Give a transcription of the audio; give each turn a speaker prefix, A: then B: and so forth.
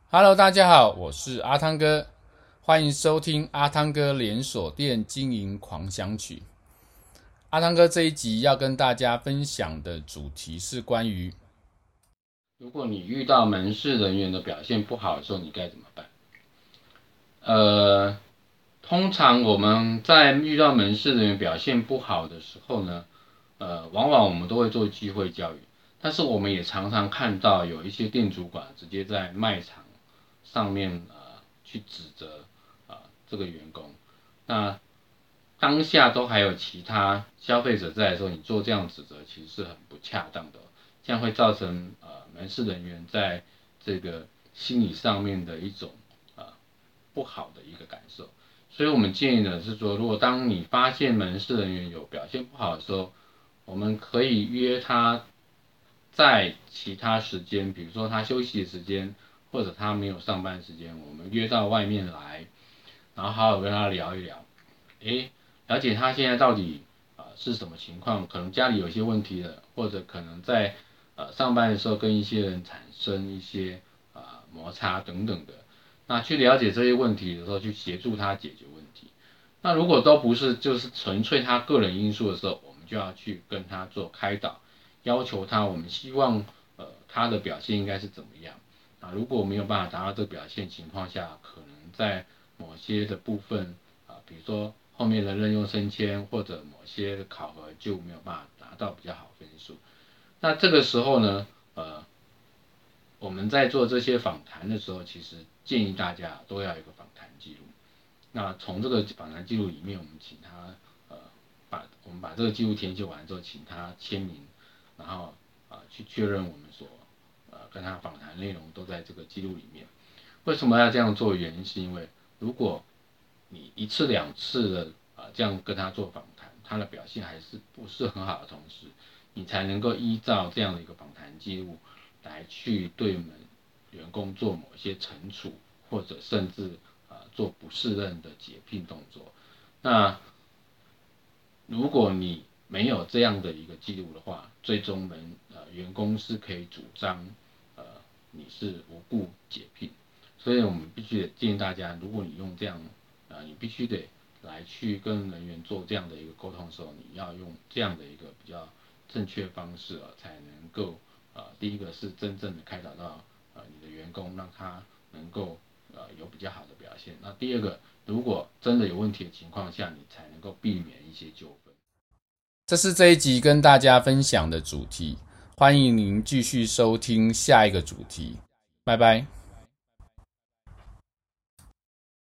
A: Hello，大家好，我是阿汤哥，欢迎收听阿汤哥连锁店经营狂想曲。阿汤哥这一集要跟大家分享的主题是关于，如果你遇到门市人员的表现不好的时候，你该怎么办？通常我们在遇到门市人员表现不好的时候呢，往往我们都会做机会教育，但是我们也常常看到有一些店主管直接在卖场上面去指责这个员工，那当下都还有其他消费者在的时候，你做这样指责其实是很不恰当的，这样会造成门市人员在这个心理上面的一种不好的一个感受。所以我们建议的是说，如果当你发现门市人员有表现不好的时候，我们可以约他在其他时间，比如说他休息的时间，或者他没有上班时间，我们约到外面来，然后好好跟他聊一聊，了解他现在到底是什么情况，可能家里有一些问题了，或者可能在上班的时候跟一些人产生一些摩擦等等的，那去了解这些问题的时候，去协助他解决问题。那如果都不是，就是纯粹他个人因素的时候，我们就要去跟他做开导，要求他，我们希望他的表现应该是怎么样。如果没有办法达到这个表现情况下，可能在某些的部分比如说后面的任用升迁或者某些考核就没有办法达到比较好分数。那这个时候呢，我们在做这些访谈的时候，其实建议大家都要有一个访谈记录。那从这个访谈记录里面，我们请他我们把这个记录填写完之后，请他签名，然后去确认我们所跟他访谈内容都在这个记录里面。为什么要这样做？原因是因为如果你一次两次的这样跟他做访谈，他的表现还是不是很好的同时，你才能够依照这样的一个访谈记录来去对我们员工做某些惩处，或者甚至做不适任的解聘动作。那如果你没有这样的一个记录的话，最终员工是可以主张你是无故解聘。所以我们必须得建议大家，如果你用这样你必须得来去跟人员做这样的一个沟通的时候，你要用这样的一个比较正确方式才能够第一个是真正的开导到你的员工，让他能够有比较好的表现。那第二个，如果真的有问题的情况下，你才能够避免一些纠纷。这是这一集跟大家分享的主题，欢迎您继续收听下一个主题，拜拜。